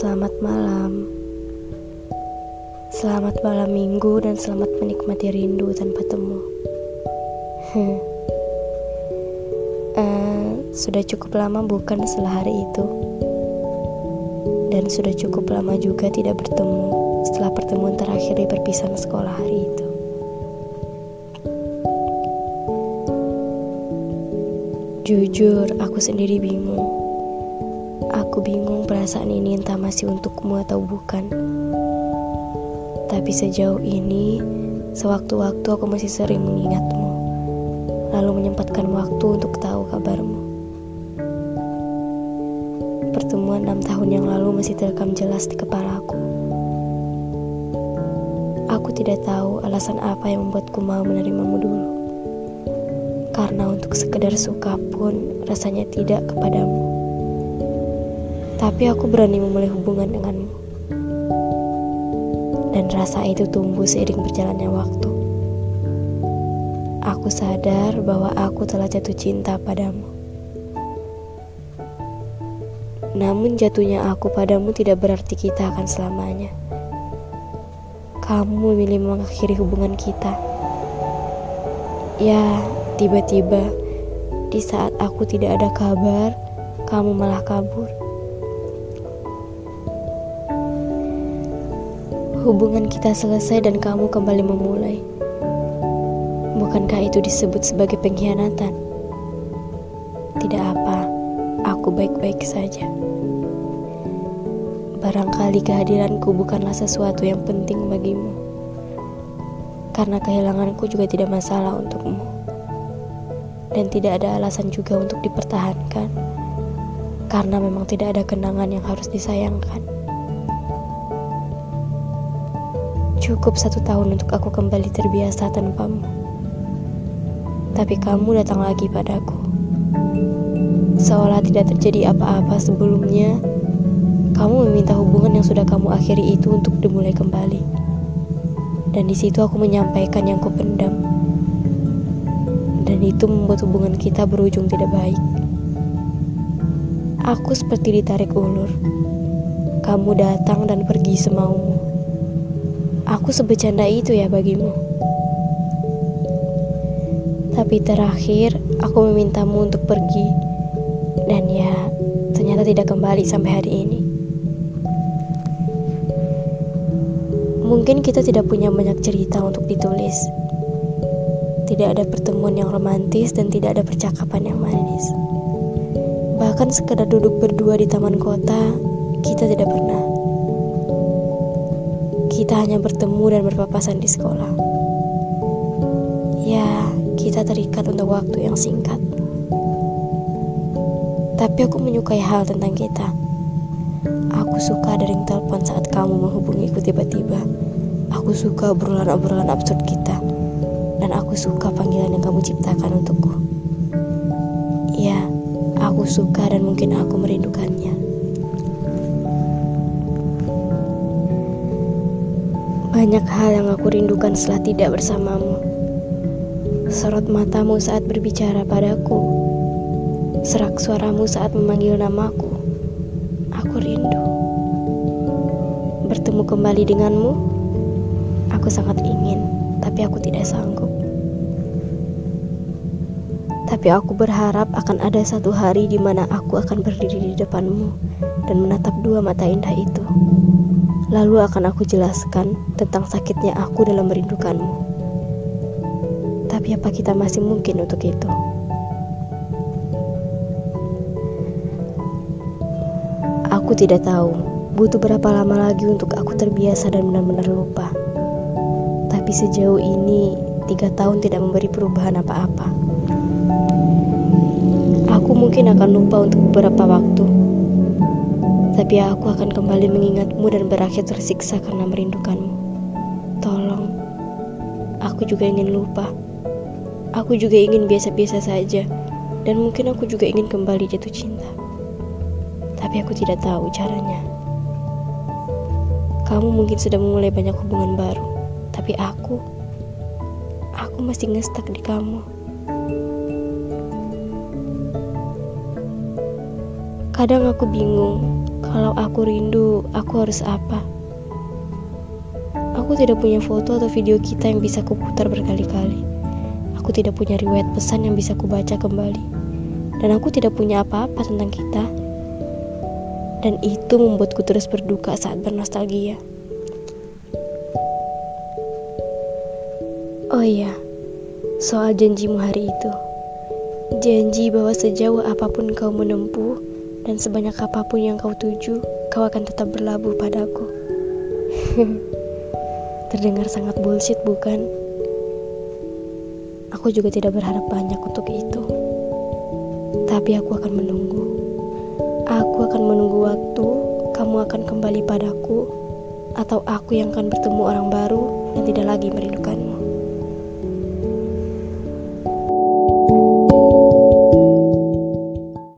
Selamat malam. Selamat malam minggu dan selamat menikmati rindu tanpa temu. Sudah cukup lama bukan setelah hari itu. Dan sudah cukup lama juga tidak bertemu setelah pertemuan terakhir di perpisahan sekolah hari itu. Jujur, aku sendiri bingung. Aku bingung perasaan ini entah masih untukmu atau bukan. Tapi sejauh ini, sewaktu-waktu aku masih sering mengingatmu, lalu menyempatkan waktu untuk tahu kabarmu. Pertemuan 6 tahun yang lalu masih terekam jelas di kepalaku. Aku tidak tahu alasan apa yang membuatku mau menerimamu dulu. Karena untuk sekedar suka pun rasanya tidak kepadamu. Tapi aku berani memulai hubungan denganmu. Dan rasa itu tumbuh seiring berjalannya waktu. Aku sadar bahwa aku telah jatuh cinta padamu. Namun jatuhnya aku padamu tidak berarti kita akan selamanya. Kamu memilih mengakhiri hubungan kita. Ya, tiba-tiba di saat aku tidak ada kabar, kamu malah kabur. Hubungan kita selesai dan kamu kembali memulai. Bukankah itu disebut sebagai pengkhianatan? Tidak apa, aku baik-baik saja. Barangkali kehadiranku bukanlah sesuatu yang penting bagimu. Karena kehilanganku juga tidak masalah untukmu. Dan tidak ada alasan juga untuk dipertahankan. Karena memang tidak ada kenangan yang harus disayangkan. Cukup 1 tahun untuk aku kembali terbiasa tanpamu. Tapi kamu datang lagi padaku. Seolah tidak terjadi apa-apa sebelumnya, kamu meminta hubungan yang sudah kamu akhiri itu untuk dimulai kembali. Dan di situ aku menyampaikan yang kupendam. Dan itu membuat hubungan kita berujung tidak baik. Aku seperti ditarik ulur. Kamu datang dan pergi semaumu. Aku sebecanda itu ya bagimu. Tapi terakhir aku memintamu untuk pergi. Dan ya, ternyata tidak kembali sampai hari ini. Mungkin kita tidak punya banyak cerita untuk ditulis. Tidak ada pertemuan yang romantis dan tidak ada percakapan yang manis. Bahkan sekedar duduk berdua di taman kota, kita tidak pernah. Kita hanya bertemu dan berpapasan di sekolah. Ya, kita terikat untuk waktu yang singkat. Tapi aku menyukai hal tentang kita. Aku suka ada ring telepon saat kamu menghubungiku tiba-tiba. Aku suka obrolan-obrolan absurd kita. Dan aku suka panggilan yang kamu ciptakan untukku. Ya, aku suka dan mungkin aku merindukannya. Banyak hal yang aku rindukan setelah tidak bersamamu. Sorot matamu saat berbicara padaku. Serak suaramu saat memanggil namaku. Aku rindu. Bertemu kembali denganmu. Aku sangat ingin, tapi aku tidak sanggup. Tapi aku berharap akan ada satu hari di mana aku akan berdiri di depanmu dan menatap dua mata indah itu. Lalu akan aku jelaskan tentang sakitnya aku dalam merindukanmu. Tapi apa kita masih mungkin untuk itu? Aku tidak tahu butuh berapa lama lagi untuk aku terbiasa dan benar-benar lupa. Tapi sejauh ini 3 tahun tidak memberi perubahan apa-apa. Aku mungkin akan lupa untuk beberapa waktu. Tapi aku akan kembali mengingatmu dan berakhir tersiksa karena merindukanmu. Tolong, aku juga ingin lupa. Aku juga ingin biasa-biasa saja. Dan mungkin aku juga ingin kembali jatuh cinta. Tapi aku tidak tahu caranya. Kamu mungkin sudah memulai banyak hubungan baru. Tapi aku masih ngestak di kamu. Kadang aku bingung Kalau aku rindu, aku harus apa? Aku tidak punya foto atau video kita yang bisa kuputar berkali-kali. Aku tidak punya riwayat pesan yang bisa kubaca kembali. Dan aku tidak punya apa-apa tentang kita. Dan itu membuatku terus berduka saat bernostalgia. Oh iya, soal janjimu hari itu. Janji bahwa sejauh apapun kau menempuh dan sebanyak apapun yang kau tuju, kau akan tetap berlabuh padaku. Terdengar sangat bullshit, bukan? Aku juga tidak berharap banyak untuk itu. Tapi aku akan menunggu. Aku akan menunggu waktu kamu akan kembali padaku, atau aku yang akan bertemu orang baru yang tidak lagi merindukanmu.